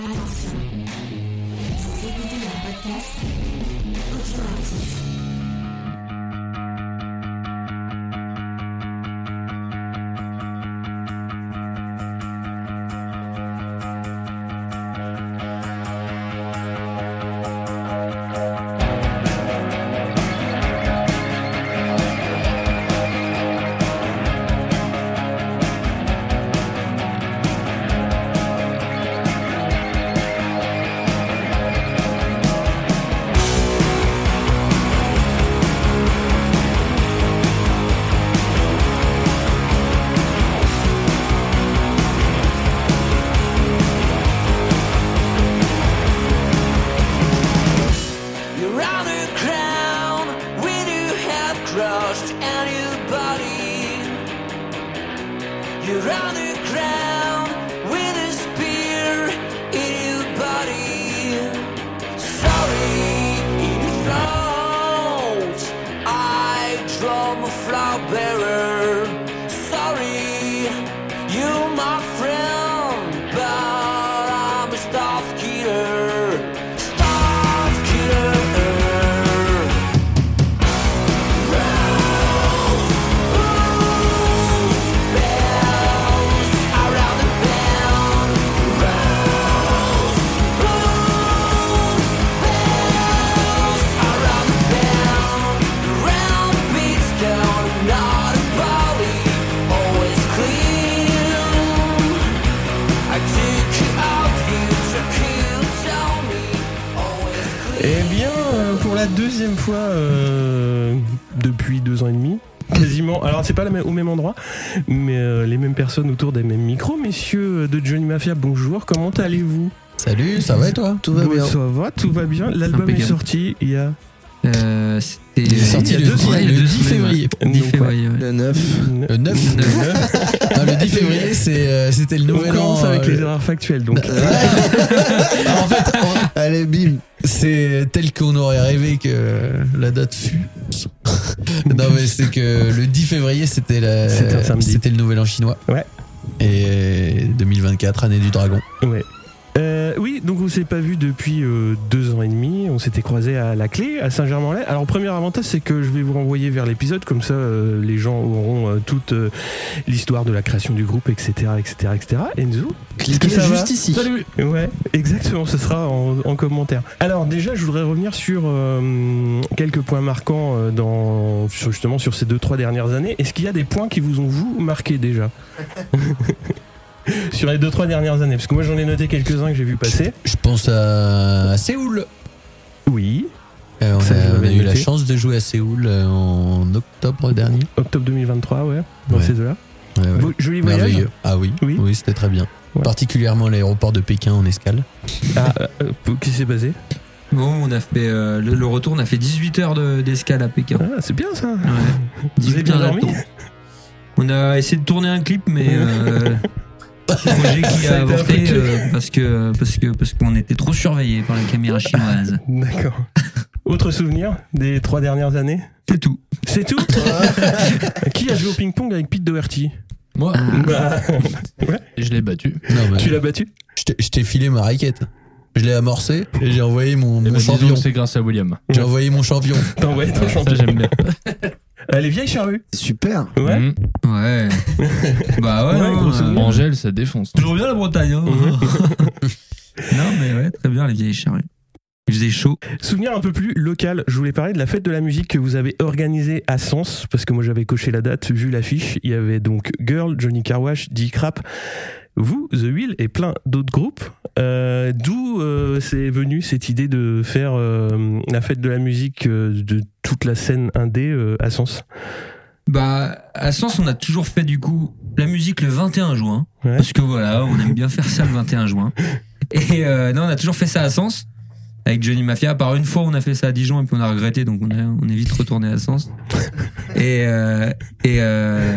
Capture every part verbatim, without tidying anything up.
Attention, vous écoutez un podcast Audioactif. Deuxième fois euh, depuis deux ans et demi, quasiment. Alors c'est pas la même, au même endroit, mais euh, les mêmes personnes autour des mêmes micros. Messieurs de Johnny Mafia, bonjour. Comment allez-vous ? Salut, ça va et toi ? Tout va bien. Ça va, tout va bien. L'album Impeccable. est sorti il y a. Euh, c'était Il est sorti il y a le, deux dix, semaines, le deux dix semaines, février. ouais. dix Donc, février, ouais. Le neuf. Le neuf Non, le dix février, c'est, euh, c'était le On nouvel an. commence avec euh, les erreurs factuelles, donc. en fait, on- Allez, bim. c'est tel qu'on aurait rêvé que la date fût. Non, mais c'est que le dix février, c'était, la, C'était un samedi. c'était le nouvel an chinois. Ouais. Et deux mille vingt-quatre, année du dragon. Ouais. Euh, oui, donc on s'est pas vu depuis euh, deux ans et demi. On s'était croisés à la clé, à Saint-Germain-en-Laye. Alors, premier avantage, c'est que je vais vous renvoyer vers l'épisode, comme ça, euh, les gens auront euh, toute euh, l'histoire de la création du groupe, et cetera, et cetera, et cetera. Enzo, Cliquez ça va juste ici. Salut. Ouais, exactement, ce sera en, en commentaire. Alors déjà, je voudrais revenir sur euh, quelques points marquants euh, dans, sur, justement sur ces deux, trois dernières années. Est-ce qu'il y a des points qui vous ont, vous, marqué déjà sur les deux, trois dernières années? Parce que moi, j'en ai noté quelques-uns que j'ai vu passer. Je pense à, à Séoul. Oui, Euh, on Ça, a, je on a l'avais eu la noté. chance de jouer à Séoul euh, en octobre dernier. octobre deux mille vingt-trois, ouais, dans Ouais. ces deux-là. Ouais, ouais. Beau- Joli voyage. Merveilleux. Ah oui, Oui. oui, c'était très bien. Ouais. Particulièrement l'aéroport de Pékin en escale. Ah, euh, euh, qu'est-ce qui s'est passé? Bon, on a fait euh, le, le retour, on a fait dix-huit heures de, d'escale à Pékin. Ah, c'est bien ça. Ouais. Vous avez dix-huit bien heures dormi? d'attente. On a essayé de tourner un clip, mais euh, projet qui Ça a a été avorté infructueux. euh, parce que parce que parce qu'on était trop surveillés par la caméra chinoise. D'accord. Autre souvenir des trois dernières années? C'est tout. C'est tout. Qui a joué au ping-pong avec Pete Doherty? Moi, Bah, je l'ai battu. Non, mais tu l'as battu? je t'ai- je t'ai filé ma raquette. Je l'ai amorcé et j'ai envoyé mon, Et mon bah, disons champion. que c'est grâce à William. J'ai envoyé mon champion. T'as envoyé ton Ça, champion. j'aime bien. Euh, les vieilles charrues. Super. Ouais. Mhm. Ouais. Bah ouais. Ouais, non, gros euh, souvenir. Angèle, ça défonce. toujours bien la Bretagne. Hein. Non mais ouais, très bien les vieilles charrues. Il faisait chaud. Souvenir un peu plus local, je voulais parler de la fête de la musique que vous avez organisée à Sens, parce que moi j'avais coché la date, vu l'affiche, il y avait donc Girl, Johnny Carwash, D-Crap, vous, The Wheel et plein d'autres groupes. Euh, d'où euh, c'est venu cette idée de faire euh, la fête de la musique euh, de toute la scène indé euh, à Sens? Bah à Sens on a toujours fait du coup la musique le vingt et un juin. Ouais. Parce que voilà, on aime bien faire ça le vingt et un juin. Et euh, non, on a toujours fait ça à Sens. Avec Johnny Mafia, par une fois on a fait ça à Dijon et puis on a regretté, donc on, a, on est vite retourné à Sens. Et euh, et euh,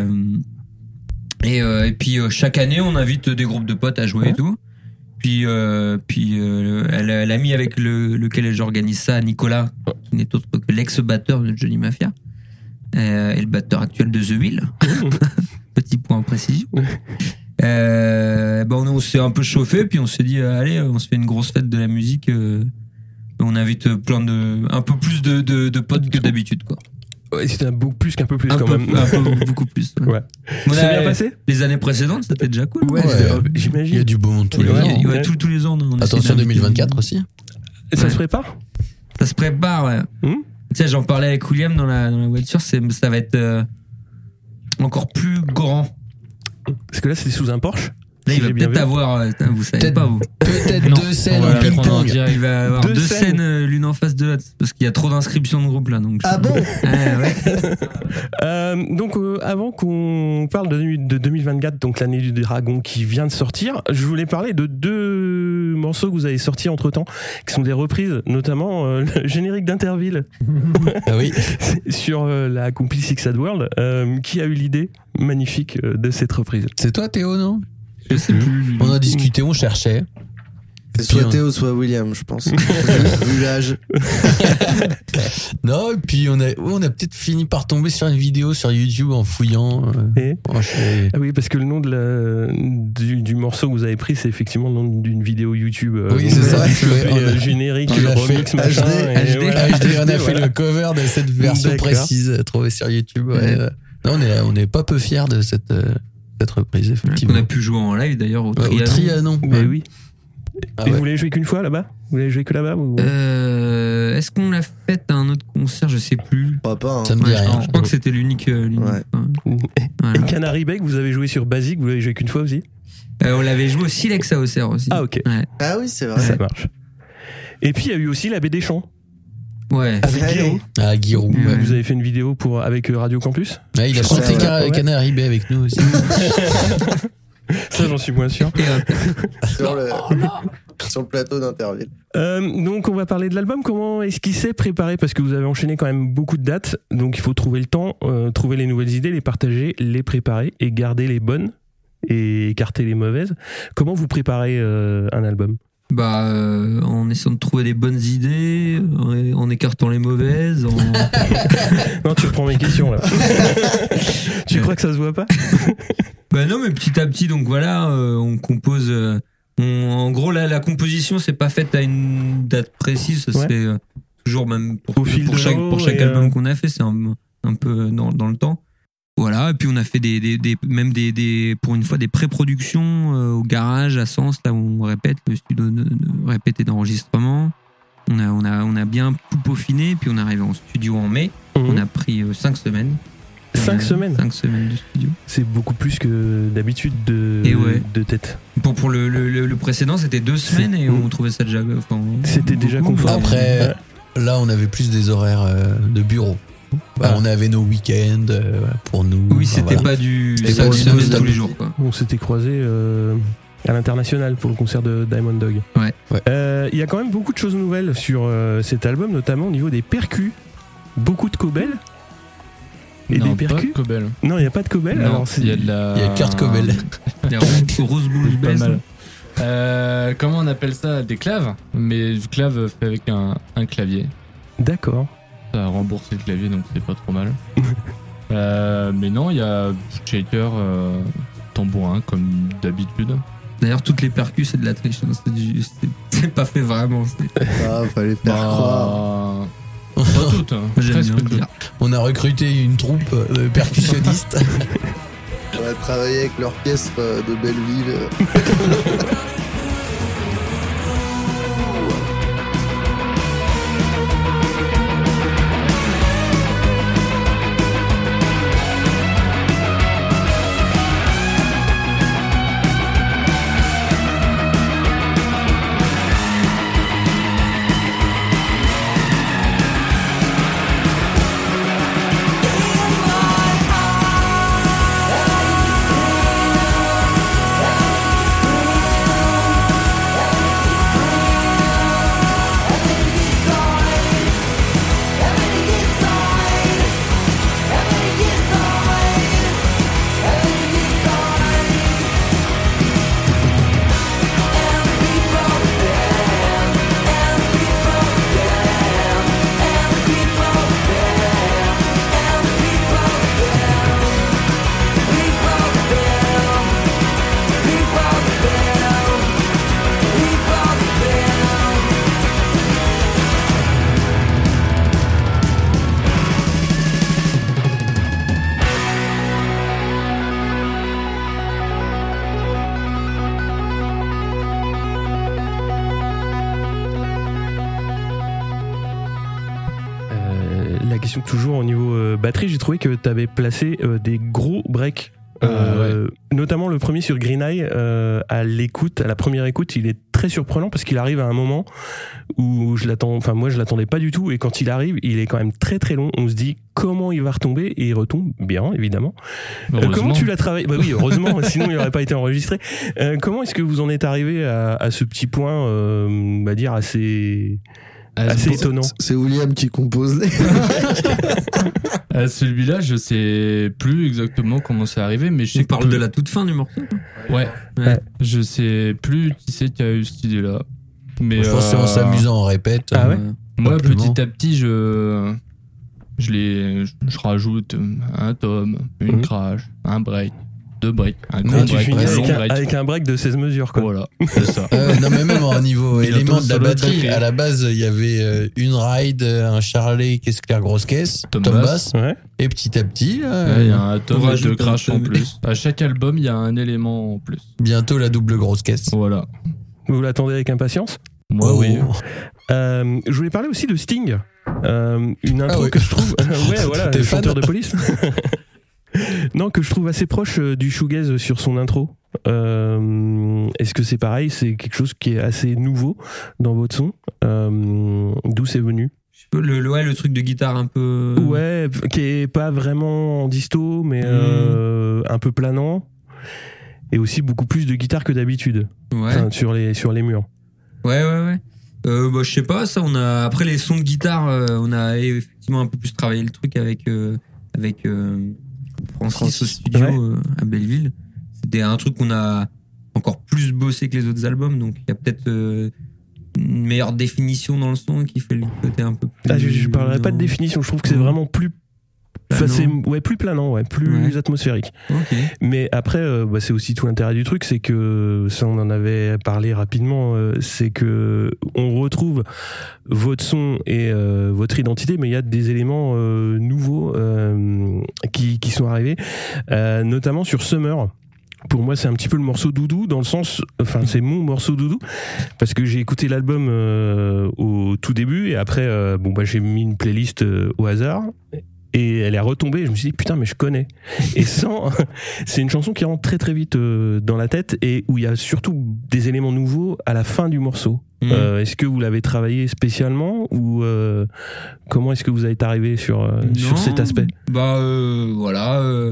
et, euh, et puis euh, chaque année on invite des groupes de potes à jouer Ouais. et tout. Puis euh, puis euh, elle, elle a mis avec le, lequel j'organise ça, Nicolas, qui n'est autre que l'ex-batteur de Johnny Mafia euh, et le batteur actuel de The Wheel. Petit point en précision. Euh, bah on, on s'est un peu chauffé, puis on s'est dit euh, allez, on se fait une grosse fête de la musique. Euh, on invite plein de, un peu plus de, de, de potes que d'habitude, quoi. Ouais, c'était beaucoup plus qu'un peu plus Un quand peu, même. un peu beaucoup plus. Ouais. Ouais. On C'est a- bien passé. Les années précédentes, c'était déjà cool. Ouais, Ouais. c'était- euh, Il y a j'imagine. du beau monde tous les Ouais, ans. ouais, ouais. tous, tous les ans. on essaie Attention d'inviter- deux mille vingt-quatre aussi. Ça Ouais. se prépare. Ça se prépare, ouais. Hmm. Tu sais, j'en parlais avec William dans la, dans la voiture, c'est, ça va être euh, encore plus grand. Parce que là, c'est sous un Porsche. Là, Si il va j'ai bien peut-être vu. avoir, euh, vous savez Peut-être- pas, vous. Peut-être Non, deux scènes on en va la mettre en ping-pong. direct. Il va avoir Deux deux, scènes. scènes, euh, l'une en face de l'autre. Parce qu'il y a trop d'inscriptions de groupe là. Donc Ah bon? Ah, ouais. Euh, donc, euh, avant qu'on parle de, de deux mille vingt-quatre, donc l'année du dragon qui vient de sortir, je voulais parler de deux morceaux que vous avez sortis entre temps, qui sont des reprises, notamment euh, le générique d'Interville Ah oui. sur euh, la compil Six Sad World. Euh, qui a eu l'idée magnifique euh, de cette reprise? C'est toi Théo, non? Je sais plus. On a discuté, on cherchait. C'est soit Puis, Théo, soit William, je pense. Vu l'âge. Non, et puis on a, on a peut-être fini par tomber sur une vidéo sur YouTube en fouillant. euh, Et franchement. Ah oui, parce que le nom de la, du, du morceau que vous avez pris, c'est effectivement le nom d'une vidéo YouTube. euh, Oui, donc, c'est ça. euh, Ouais, on a- le générique, on le a remix, fait machin. H D, et H D, voilà. H D, on a fait voilà. le cover de cette version D'accord. précise euh, trouvée sur YouTube. ouais. Ouais. Euh, Non, on est, on est pas peu fiers de cette, euh, cette reprise, On effectivement. a pu jouer en live d'ailleurs au Ouais, au Trianon. Trianon. Mais oui. Ah Et ouais. vous l'avez joué qu'une fois là-bas? Vous l'avez joué que là-bas ou... Euh, est-ce qu'on l'a fait à un autre concert? Je sais plus. Je crois pas. Hein. Ça me dit Ouais, je, rien. je crois que c'était l'unique. euh, l'unique Ouais. fois. Et Voilà. Canary Bay, que vous avez joué sur Basic, vous l'avez joué qu'une fois aussi? Euh, on l'avait joué au Silex à Auxerre aussi. Ah, ok. Ouais. Ah oui, c'est vrai. Ça marche. Et puis il y a eu aussi la baie des champs. Ouais. Avec Ouais. Guillaume. Ah, Giroud. Ouais. Vous avez fait une vidéo pour, avec euh, Radio Campus. Ouais, il a Je crois chanté que- Car- ouais. Canary Bay avec nous aussi. Ça, j'en suis moins sûr. Et, euh, Sur le, sur le plateau d'Interville. Euh, donc on va parler de l'album. Comment est-ce qu'il s'est préparé? Parce que vous avez enchaîné quand même beaucoup de dates, donc il faut trouver le temps, euh, trouver les nouvelles idées, les partager, les préparer et garder les bonnes et écarter les mauvaises. Comment vous préparez euh, un album? Bah, euh, en essayant de trouver des bonnes idées, en, en écartant les mauvaises. En... Non, tu reprends mes questions là. Tu crois que ça se voit pas? bah non, mais petit à petit, donc voilà, euh, on compose. euh, on- en gros, la, la composition, c'est pas faite à une date précise. Ça Ouais. se fait euh, toujours, même pour, Au fil pour de chaque, l'eau pour chaque et, euh, album qu'on a fait, c'est un, un peu dans, dans le temps. Voilà, et puis on a fait des, des, des même des, des, pour une fois, des pré-productions euh, au garage à Sens, là où on répète, le studio de, de répète et d'enregistrement. On a, on, a, on a bien tout peaufiné, puis on est arrivé en studio en mai. On a pris euh, cinq semaines. Cinq Euh, semaines. Cinq semaines de studio. C'est beaucoup plus que d'habitude de, Et ouais. de tête. Pour, pour le, le, le, le précédent, c'était deux semaines et on trouvait ça déjà. Enfin, C'était déjà beaucoup, confort. mais- Après, là, on avait plus des horaires euh, de bureau. Bah, Ah. On avait nos week-ends euh, pour nous. Oui, Enfin, c'était voilà. pas du. C'était ça pas du du semaine non-stop. tous les jours, quoi. On s'était croisés euh, à l'international pour le concert de Diamond Dog. Ouais. Ouais. Euh, Il y a quand même beaucoup de choses nouvelles sur euh, cet album, notamment au niveau des percus. Beaucoup de cobel. Et non, des pas percus. Cobel. Non, il n'y a pas de cobel. Non, alors c'est- Il y a de la. Il y a Kurt Cobel. La Rose, Rose Bull Pas Bass. mal. Euh, comment on appelle ça? Des claves, mais du clave fait avec un, un clavier. D'accord. Ça a remboursé le clavier, donc c'est pas trop mal. Euh, mais non, il y a shaker, euh, tambourin, comme d'habitude. D'ailleurs, toutes les percus, c'est de la triche. hein. C'est du- c'est- c'est pas fait vraiment. c'est- Ah, fallait faire croire. Bah, pas toutes, hein. J'aime Presque bien le toutes. dire. On a recruté une troupe de percussionnistes. On a travaillé avec l'orchestre de Belleville. In my heart, question toujours au niveau euh, batterie. J'ai trouvé que tu avais placé euh, des gros breaks. Euh, ouais. Notamment le premier sur Green Eye, euh, à l'écoute, à la première écoute, il est très surprenant parce qu'il arrive à un moment où je l'attends, enfin moi je l'attendais pas du tout, et quand il arrive, il est quand même très très long. On se dit comment il va retomber, et il retombe bien évidemment. Euh, comment tu l'as travaillé ? Bah oui, heureusement, sinon il n'aurait pas été enregistré. Euh, comment est-ce que vous en êtes arrivé à, à ce petit point, euh, on va dire assez assez étonnant ? C'est William qui compose les. À celui-là, je sais plus exactement comment c'est arrivé, mais je sais On que parle de la toute fin du morceau. Ouais. Ouais. Je sais plus qui c'est qui a eu cette idée-là. Mais Je pense que c'est en euh, s'amusant, on répète. Ah ouais. euh, Moi, simplement. petit à petit, je je les je rajoute un tom, une Mhm. crash, un break, deux breaks, un Mais grand Tu Ouais, break, finis un long avec un, break. avec un break de seize mesures quoi. Voilà, c'est ça. Euh, non mais même au niveau Bientôt élément de la solo de batterie, batterie. à la base il y avait euh, une ride, un Charlet, caisse claire, grosse caisse, Tom tom, bass. bass, Ouais. et petit à petit, là, Ouais, il y a un tom On et deux rajoute un crash en tom. plus. À chaque album, il y a un élément en plus. bientôt la double grosse caisse. Voilà. Vous l'attendez avec impatience ? Moi, Oh. oui. Euh, je voulais parler aussi de Sting, euh, une intro Ah ouais. que je trouve, ouais voilà, T'es le fan chanteur de Police. Non, que je trouve assez proche euh, du shoegaze sur son intro. Euh, est-ce que c'est pareil ? C'est quelque chose qui est assez nouveau dans votre son. Euh, d'où c'est venu ? Le, le, ouais, le truc de guitare un peu. Ouais, qui est pas vraiment en disto, mais euh, un peu planant, et aussi beaucoup plus de guitare que d'habitude. Ouais. Enfin, sur les sur les murs. Ouais, ouais, ouais. Euh, bah, je sais pas, ça, on a. Après les sons de guitare, euh, on a effectivement un peu plus travaillé le truc avec, euh, avec euh, Francis, Francis. au studio Ouais. euh, à Belleville. C'était un truc qu'on a encore plus bossé que les autres albums, donc il y a peut-être euh, une meilleure définition dans le son qui fait le côté un peu plus. Ah, je, je parlerai pas de non. définition. Je trouve que c'est Ouais. vraiment plus. Enfin, Planant. c'est ouais, plus planant, ouais, plus Ouais. atmosphérique. Ok. Mais après, euh, bah, c'est aussi tout l'intérêt du truc, c'est que ça, on en avait parlé rapidement. Euh, c'est que on retrouve votre son et euh, votre identité, mais il y a des éléments euh, nouveaux euh, qui, qui sont arrivés, euh, notamment sur Summer. Pour moi, c'est un petit peu le morceau doudou, dans le sens, enfin, c'est mon morceau doudou, parce que j'ai écouté l'album euh, au tout début, et après, euh, bon, bah, j'ai mis une playlist euh, au hasard. Et elle est retombée, et je me suis dit putain, mais je connais. Et sans, c'est une chanson qui rentre très très vite euh, dans la tête, et où il y a surtout des éléments nouveaux à la fin du morceau. Mmh. Euh, est-ce que vous l'avez travaillé spécialement, ou euh, comment est-ce que vous êtes arrivé sur, euh, sur Non, cet aspect ? Bah euh, voilà. Euh,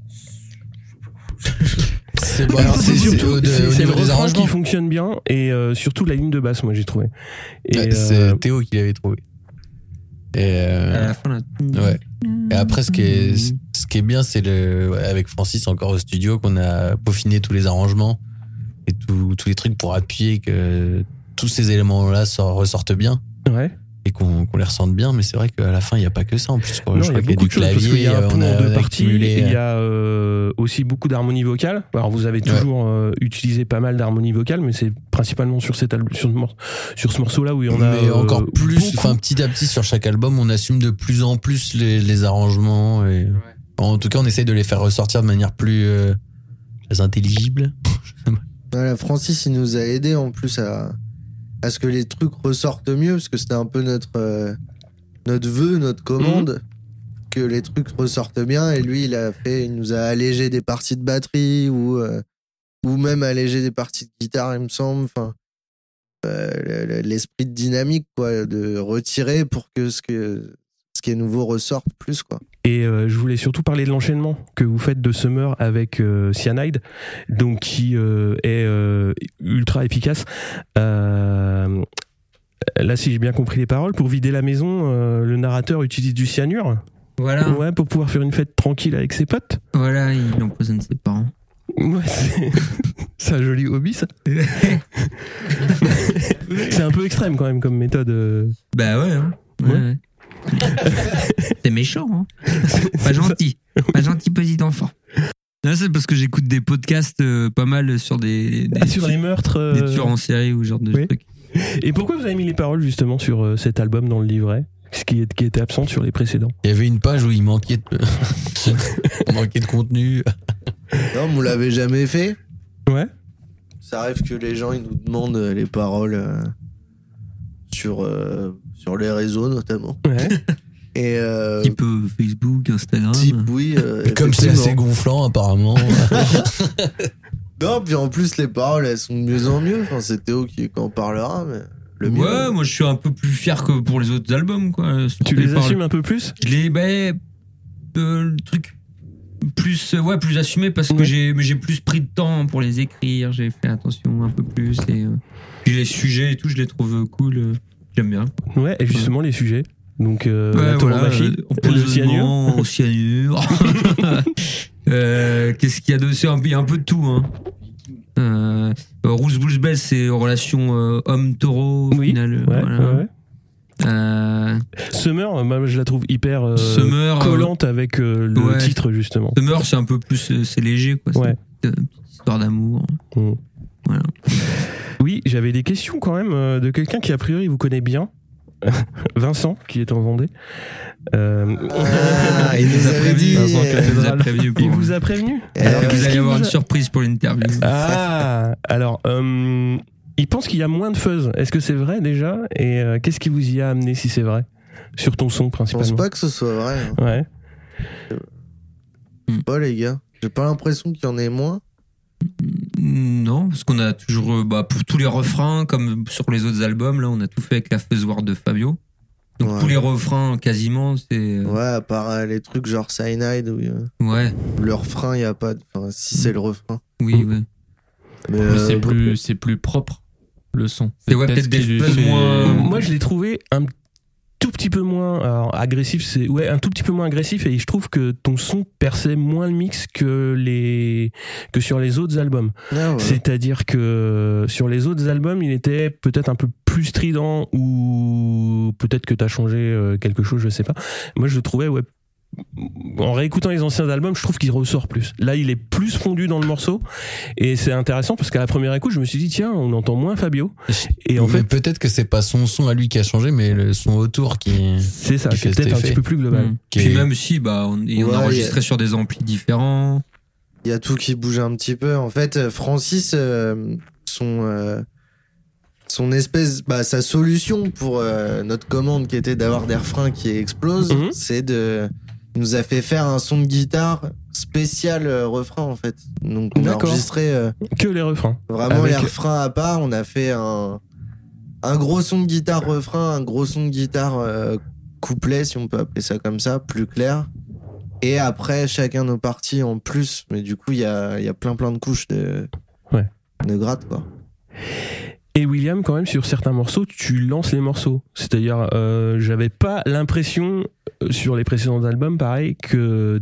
C'est bon, Alors, c'est c'est surtout surtout au, c'est- au c'est le niveau des refrain qui arrangements. fonctionne bien, et euh, surtout la ligne de basse, moi j'ai trouvé. Et, Ouais, euh, c'est Théo qui l'avait trouvé. Et, euh, à la fin, là. ouais. Et après, ce qui est, ce qui est bien, c'est le, ouais, avec Francis encore au studio, qu'on a peaufiné tous les arrangements et tout- tous les trucs pour appuyer que tous ces éléments-là sor- ressortent bien ouais. et qu'on qu'on les ressente bien. Mais c'est vrai qu'à la fin, il n'y a pas que ça. En plus, quoi. Non, je il y a crois qu'il y a beaucoup du de choses, parce clavier, qu'il y a un on pont a en deux parties, accumulé, il y a euh, aussi beaucoup d'harmonie vocale. Alors vous avez toujours euh, utilisé pas mal d'harmonie vocale, mais c'est principalement sur, cet al- sur, ce mor- sur ce morceau-là où il y en a mais euh, encore plus, beaucoup. enfin petit à petit sur chaque album, on assume de plus en plus les, les arrangements. Et, en tout cas, on essaye de les faire ressortir de manière plus, euh, plus intelligible. Voilà, Francis, il nous a aidé en plus à, à ce que les trucs ressortent mieux, parce que c'était un peu notre, euh, notre vœu, notre commande, que les trucs ressortent bien. Et lui, il a fait, il nous a allégé des parties de batterie ou, euh, ou même allégé des parties de guitare, il me semble. Enfin, euh, le- le- l'esprit de dynamique, quoi, de retirer pour que ce que ce qui est nouveau ressorte plus, quoi. Et euh, je voulais surtout parler de l'enchaînement que vous faites de Summer avec euh, Cyanide, donc qui euh, est euh, ultra efficace. Euh, là, si j'ai bien compris les paroles, pour vider la maison, euh, le narrateur utilise du cyanure. Voilà. Ouais, pour pouvoir faire une fête tranquille avec ses potes. Voilà, il empoisonne ses parents. Ouais, c'est... c'est un joli hobby, ça. C'est un peu extrême quand même comme méthode. euh. Bah ouais. Hein. Ouais, Ouais. ouais. C'est méchant, hein. Pas gentil. Pas gentil petit enfant. Non, c'est parce que j'écoute des podcasts euh, pas mal sur des, des, Ah, sur les meurtres. euh, des tueurs en série ou ce genre de oui. trucs. Et pourquoi vous avez mis les paroles justement sur euh, cet album dans le livret, ce qui, est, qui était absent sur les précédents? Il y avait une page où il manquait de, il manquait de contenu. Non, mais on l'avait jamais fait. Ouais. Ça arrive que les gens ils nous demandent les paroles euh, sur, euh, sur les réseaux notamment. Ouais. Et euh, Type euh, Facebook, Instagram. type, oui. euh, Comme c'est assez effectivement. gonflant, apparemment. Non, puis en plus, les paroles, elles sont de mieux en mieux. Enfin, c'est Théo qui en parlera, mais le mieux. Ouais, moi je suis un peu plus fier que pour les autres albums, quoi. sur Tu les paroles. assumes un peu plus? Je les, bah, euh, le truc plus, euh, ouais, plus assumé parce que Ouais. j'ai, j'ai plus pris de temps pour les écrire, j'ai fait attention un peu plus et euh, puis les sujets et tout, je les trouve cool, euh, j'aime bien. Ouais, et justement, les sujets. Donc, euh, Ouais, la voilà, tauromachie, euh, le cyanure. empoisonnement au cyanure. euh, qu'est-ce qu'il y a de ça? Il y a un peu de tout, hein. Euh, Rouge Blues Bell, c'est relation euh, homme-taureau au Oui, final. ouais, voilà. ouais, ouais. Euh, Summer, euh, moi, je la trouve hyper euh, Summer, euh, collante avec euh, le ouais. titre, justement. Summer, c'est un peu plus, euh, c'est léger, quoi. C'est Ouais. une petite, euh, petite histoire d'amour. Mm. Voilà. Oui, j'avais des questions quand même euh, de quelqu'un qui, a priori, vous connaît bien. Vincent, qui est en Vendée. Euh, Ah, il nous avait dit. Vincent Il vous a prévenu pour. il vous a prévenu. Eh, Alors, vous qu'est-ce allez qu'il avoir vous une a- surprise pour l'interview. Ah, alors, euh, il pense qu'il y a moins de fuzz. Est-ce que c'est vrai déjà? Et euh, qu'est-ce qui vous y a amené si c'est vrai? Sur ton son Je pense principalement. pas que ce soit vrai. hein. Ouais. Pas, les gars. J'ai pas l'impression qu'il y en ait moins. Non, parce qu'on a toujours, euh, bah, pour tous les refrains, comme sur les autres albums, là, on a tout fait avec la fuzzoir de Fabio. Donc Ouais. tous les refrains, quasiment, c'est. euh, Ouais, à part euh, les trucs genre Cyanide où euh, ouais, le refrain, il y a pas. de- Enfin, si c'est le refrain. oui, ouais. Mais, Mais euh, c'est plus, c'est plus propre, le son. C'est ouais, peut-être ce des qui lui fuzz fait- moins- Moi, je l'ai trouvé un tout petit peu moins alors, agressif. C'est ouais, un tout petit peu moins agressif. Et je trouve que ton son perçait moins le mix que les que sur les autres albums. ah ouais. C'est-à-dire que sur les autres albums, il était peut-être un peu plus strident ou peut-être que t'as changé euh, quelque chose, je sais pas. Moi, je le trouvais, ouais. En réécoutant les anciens albums, je trouve qu'il ressort plus. Là, il est plus fondu dans le morceau et c'est intéressant parce qu'à la première écoute, je me suis dit tiens, on entend moins Fabio. Et en Mais fait, peut-être que c'est pas son son à lui qui a changé, mais le son autour qui. c'est ça, qui c'est fait peut-être cet un effet. petit peu plus global. Mm. Qui Puis est- même si, bah, on, et on Ouais, a enregistré y a- sur des amplis différents. Il y a tout qui bouge un petit peu. En fait, euh, Francis, euh, son, euh, son espèce, bah, sa solution pour euh, notre commande qui était d'avoir des refrains qui explosent, Mhm. c'est de. Il nous a fait faire un son de guitare spécial euh, refrain en fait. Donc on a D'accord. enregistré euh, Que les refrains. vraiment Avec- les refrains à part. On a fait un, un gros son de guitare refrain, un gros son de guitare euh, couplet, si on peut appeler ça comme ça, plus clair. Et après, chacun nos parties en plus. Mais du coup, il y a, il y a plein plein de couches de, Ouais. de gratte, quoi. Et William, quand même, sur certains morceaux, tu lances les morceaux. C'est-à-dire, euh, j'avais pas l'impression, euh, sur les précédents albums, pareil, que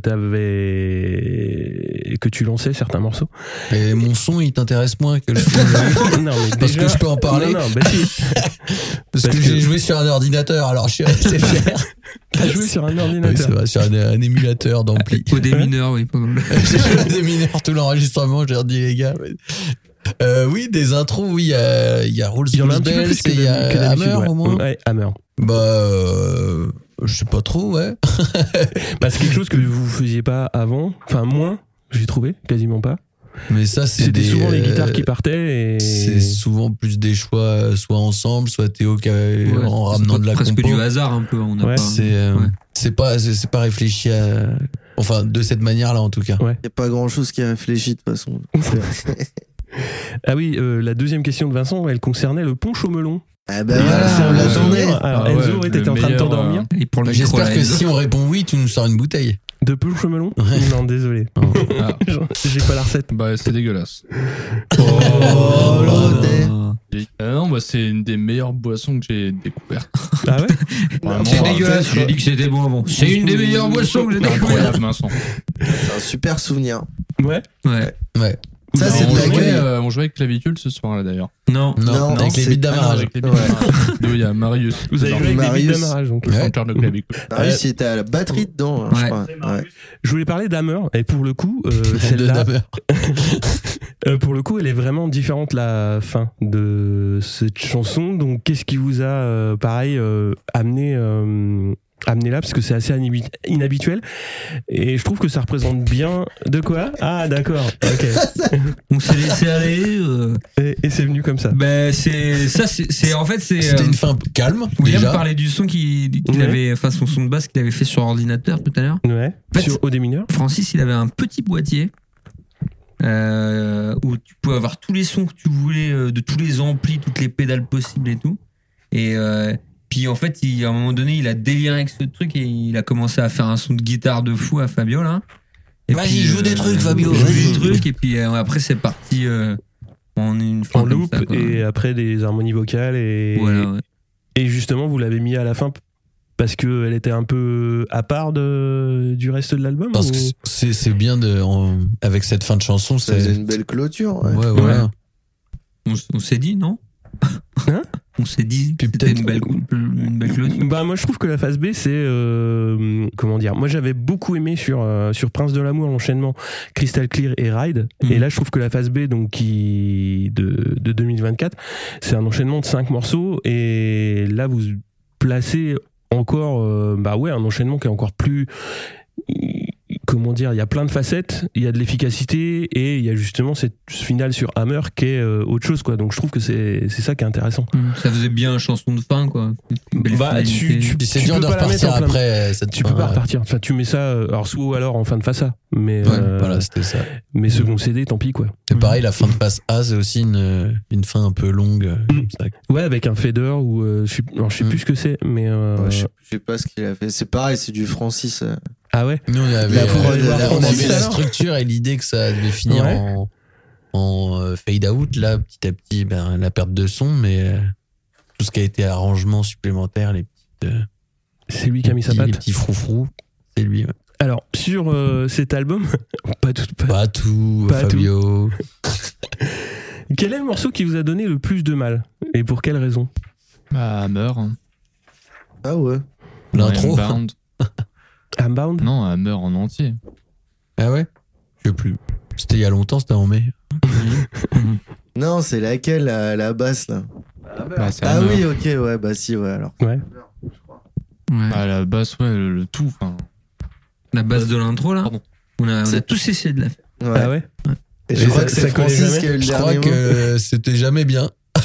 t'avais, que tu lançais certains morceaux. Et mon son, il t'intéresse moins que le son. Non, mais Parce déjà- que je peux en parler. Non, non, bah si. Parce, Parce que, que- j'ai joué sur un ordinateur, alors je suis assez fier. T'as joué sur un Oui, ordinateur. c'est vrai, sur un, un émulateur d'ampli. Au démineur, oui, pas mal. J'ai joué des mineurs tout l'enregistrement, j'ai redit les gars. mais- Euh, oui, des intros, oui, il y a, il y a Rolls Il y en a un Blues petit peu Bells plus que et il y d'hab- que a d'habitude. Hammer ouais. au moins. Ouais, Hammer. Bah, euh, je sais pas trop, ouais. Bah, c'est quelque chose que vous faisiez pas avant. Enfin, moins, j'ai trouvé, quasiment pas. Mais ça, c'est C'était des, souvent les euh, guitares qui partaient et. C'est souvent plus des choix, euh, soit ensemble, soit Théo qui a- Ouais, en c'est ramenant de la presque compo. du hasard un peu. On a Ouais, pas, C'est euh, ouais. c'est pas c'est c'est pas réfléchi à enfin de cette manière-là en tout cas. Il n'y a pas grand chose qui réfléchit de toute façon. Ah oui, euh, la deuxième question de Vincent, elle concernait le punch au melon. Ah bah Et, voilà, euh, c'est on un bon l'attendait. souvenir. Alors, Ah ouais, Enzo, le t'étais en train de meilleur, t'endormir. Et pour le Bah, micro, j'espère là, que Enzo. si on répond oui, tu nous sors une bouteille. De punch au melon Ouais. Non, désolé. Ah, J'ai pas la recette. bah, c'est dégueulasse. Oh, l'autre, Ah non, bah, c'est une des meilleures boissons que j'ai découvertes. Ah ouais Vraiment, C'est euh, dégueulasse, j'ai dit que c'était bon avant. C'est une des meilleures boissons que j'ai découvertes. Incroyable, Vincent. c'est un super souvenir. Ouais. Ouais. Ouais. Ça, c'est on, de la jouait, gueule. euh, on jouait avec Clavicule ce soir-là d'ailleurs. Non. Non, Non, avec les c'est- bits d'amarrage. Avec les bits Ouais. d'amarrage. Nous, il y a Marius. Vous avez dedans, joué avec des Marius. bits d'amarrage, donc. le Ouais. chanteur de Clavicule. Marius, il était à la batterie dedans, hein, je Ouais. crois. Ouais. Je voulais parler d'Hammer, et pour le coup, euh, De celle-là, Damer. euh, pour le coup, elle est vraiment différente la fin de cette chanson. Donc, qu'est-ce qui vous a, euh, pareil, euh, amené euh, amené là parce que c'est assez inhibi- inhabituel et je trouve que ça représente bien de quoi. Ah d'accord, ok. On s'est laissé aller. Euh... Et, et c'est venu comme ça. Ben c'est ça, c'est, c'est en fait c'est. C'était euh, une fin calme. William déjà. parlait du son qu'il, qu'il Ouais. avait, enfin son son de basse qu'il avait fait sur ordinateur tout à l'heure. Ouais. En fait, Sur O D mineur. Francis, il avait un petit boîtier euh, où tu pouvais avoir tous les sons que tu voulais, euh, de tous les amplis, toutes les pédales possibles et tout. Et euh, puis en fait, il, à un moment donné, il a déliré avec ce truc et il a commencé à faire un son de guitare de fou à Fabio là. Et Vas-y, puis, joue des trucs, Fabio, Joue vas-y. des trucs et puis euh, après c'est parti euh, en une fin En comme loop ça, quoi. et après des harmonies vocales et Voilà, ouais. et justement vous l'avez mis à la fin parce que elle était un peu à part de, du reste de l'album. Parce ou- que c'est, c'est bien de, en- avec cette fin de chanson, Ça faisait c'est. une belle clôture. Ouais. Ouais, voilà. On, s- on s'est dit non Hein On s'est dit que Puis c'était peut-être- une belle, une belle clôture. Bah moi je trouve que la phase B c'est euh, comment dire, moi j'avais beaucoup aimé sur euh, sur Prince de l'amour l'enchaînement Crystal Clear et Ride Mhm. et là je trouve que la phase B donc qui de de deux mille vingt-quatre c'est un enchaînement de cinq morceaux et là vous placez encore euh, bah ouais un enchaînement qui est encore plus comment dire, il y a plein de facettes, il y a de l'efficacité et il y a justement cette finale sur Hammer qui est euh, autre chose quoi. Donc je trouve que c'est c'est ça qui est intéressant. Ça faisait bien chanson de fin, quoi. Une belle Bah, finalité. tu- tu- Puis c'est Tu dur peux de pas la mettre repartir en plein- après cette Tu fin, peux pas ouais. repartir. Enfin, tu mets ça, euh, alors soit ou alors en fin de face A. Mais, Ouais, euh, voilà, c'était ça. mais second C D, tant pis quoi. C'est pareil, la fin de phase A, c'est aussi une, une fin un peu longue. euh, Mm. comme ça. Ouais, avec un fader ou euh, je sais, alors, je sais Mm. plus ce que c'est, mais euh, Ouais, je, sais, je sais pas ce qu'il a fait. C'est pareil, c'est du Francis. euh. ah ouais. Nous, on avait, La prod, euh, la la, on Francis, avait la alors. structure et l'idée que ça devait finir Ouais. en, en euh, fade out. Là, petit à petit, ben, la perte de son, mais euh, tout ce qui a été arrangement supplémentaire, les, petites, euh, C'est lui qui a mis sa petits, les patte. petits froufrous, c'est lui. ouais. Alors sur euh, cet album, pas tout. Pas... Pas tout, Pas Fabio. Quel est le morceau qui vous a donné le plus de mal et pour quelle raison? Bah, Hammer. Ah ouais. L'intro. Bound. Unbound. Non, Hammer en entier. Ah ouais? Je sais plus. C'était il y a longtemps, c'était en mai. Non, c'est laquelle, la, la basse, là? Bah, c'est Ah Hammer. oui, ok, ouais, bah si, ouais, alors. Ouais. Ouais. Bah, la basse, ouais, le, le tout. Enfin, La base de l'intro, là. Pardon. On a, on a C'est- tous essayé de la faire. Ouais. Ah ouais. Et je Et crois ça- que ça c'est collait Francis jamais qui a eu le Je crois dernier mot. que c'était jamais bien.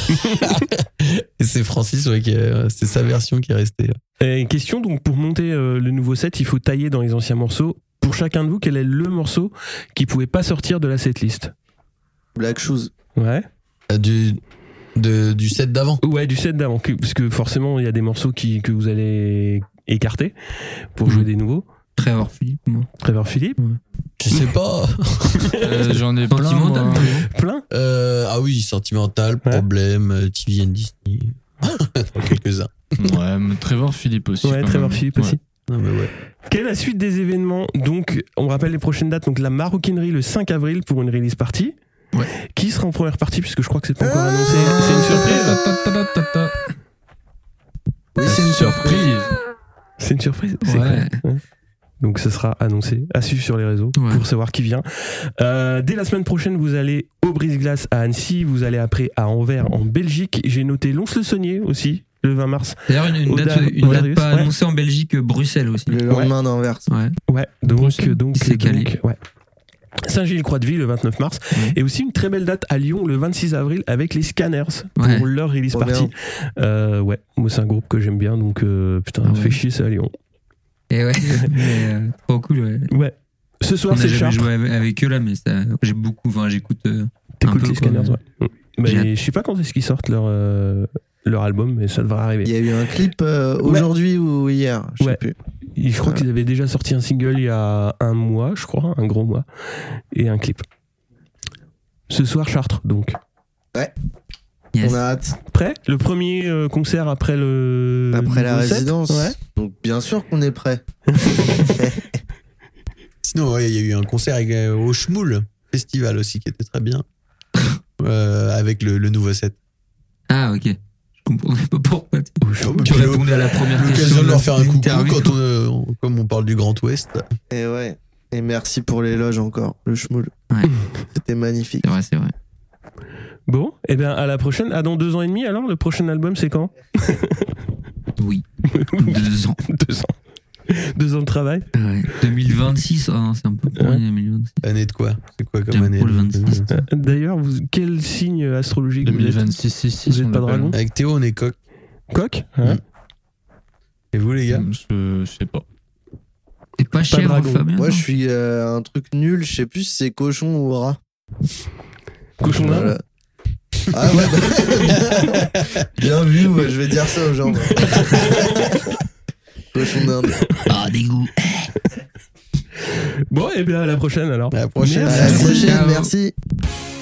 Et c'est Francis, ouais, qui a- c'est sa version qui est restée. Et question donc pour monter euh, le nouveau set, il faut tailler dans les anciens morceaux. Pour chacun de vous, quel est le morceau qui pouvait pas sortir de la setlist? Black Shoes. Ouais. Euh, Du, de, du set d'avant. Ouais, du set d'avant, que- parce que forcément il y a des morceaux qui, que vous allez écarter pour jouer Mhm. des nouveaux. Trevor Philippe, moi. Trevor Philippe, Je sais pas. euh, j'en ai plein. Sentimental, moi. non plein. Euh, ah oui, sentimental, Ouais. problème, euh, T V and Disney. Quelques-uns. Ouais, mais Trevor Philippe aussi. Ouais, quand Trevor même. Philippe Ouais. aussi. Non, mais ouais. Quelle est la suite des événements? Donc, on rappelle les prochaines dates. Donc, la maroquinerie le cinq avril pour une release party. Ouais. Qui sera en première partie puisque je crois que c'est pas encore Ah annoncé. C'est une surprise. Ta, ta, ta, ta, ta, ta. Oui, c'est une surprise. C'est une surprise. C'est Ouais. cool. Ouais. Donc, ce sera annoncé à suivre sur les réseaux Ouais. pour savoir qui vient. Euh, dès la semaine prochaine, vous allez au Brise-Glace à Annecy. Vous allez après à Anvers en Belgique. J'ai noté Lons-le-Saunier aussi le vingt mars. D'ailleurs, une, une Au date, Dar- une au date Darius, pas ouais. annoncée en Belgique, euh, Bruxelles aussi. Le lendemain d'Anvers. Ouais. Ouais. Donc, Bruxelles. donc, C'est calé. donc, ouais. Saint-Gilles-Croix-de-Vie le vingt-neuf mars. Ouais. Et aussi une très belle date à Lyon le vingt-six avril avec les Scanners Ouais. pour leur release Trop party. Euh, ouais, moi c'est un groupe que j'aime bien donc euh, putain, Ah ça ouais. fait chier ça à Lyon. Et ouais, mais, euh, trop cool, ouais. Ouais. Ce On soir a c'est jamais Chartres. joué avec, avec eux là, mais ça, j'ai beaucoup, enfin, j'écoute. euh, un T'écoutes peu, les quoi, Scanners, mais- ouais. Mais J'ai je sais pas quand est-ce qu'ils sortent leur euh, leur album, mais ça devrait arriver. Il y a eu un clip euh, Ouais. aujourd'hui ou hier, je sais Ouais. plus. Et je crois Ouais. qu'ils avaient déjà sorti un single il y a un mois, je crois, un gros mois, et un clip. Ce soir Chartres donc. Yes. On a hâte. Prêt? Le premier euh, concert après le Après la nouveau set. résidence. Ouais. Donc bien sûr qu'on est prêt. Sinon, ouais, il y a eu un concert avec, euh, au Schmoul Festival aussi qui était très bien. Euh, avec le, le nouveau set. Ah, ok. Je comprenais pas pourquoi tu, Oh, bah, tu puis répondais à la première question. L'occasion de leur faire un coucou l'interview. quand on, euh, on- comme on parle du Grand Ouest. Et ouais. Et merci pour l'éloge encore, le schmoul. Ouais. C'était magnifique. C'est vrai, c'est vrai. Bon, et bien à la prochaine. Ah, dans deux ans et demi alors, le prochain album c'est quand? Oui. Deux ans. Deux ans. Deux ans de travail. Ouais. deux mille vingt-six, ah non, c'est un peu pour Ouais. deux mille vingt-six. Année de quoi? C'est quoi comme J'aime année? pas le vingt-six. Euh, D'ailleurs, vous, quel signe astrologique deux vous mille êtes vingt-six, six, six, Vous êtes on pas l'appelle. dragon Avec Théo, on est coq. Coq hein Mm. Et vous, les gars? Je je sais pas. T'es pas chèvre, dragon. Fabien? Moi, non je suis euh, un truc nul. Je sais plus si c'est cochon ou rat. Cochon d'Inde Voilà. Ah ouais, bah, bien vu, ouais, je vais dire ça aux gens. moi. Cochon d'Inde. Ah, dégoût. Bon, et bien à la prochaine alors. À la prochaine. À la Merci. prochaine, Ciao. merci.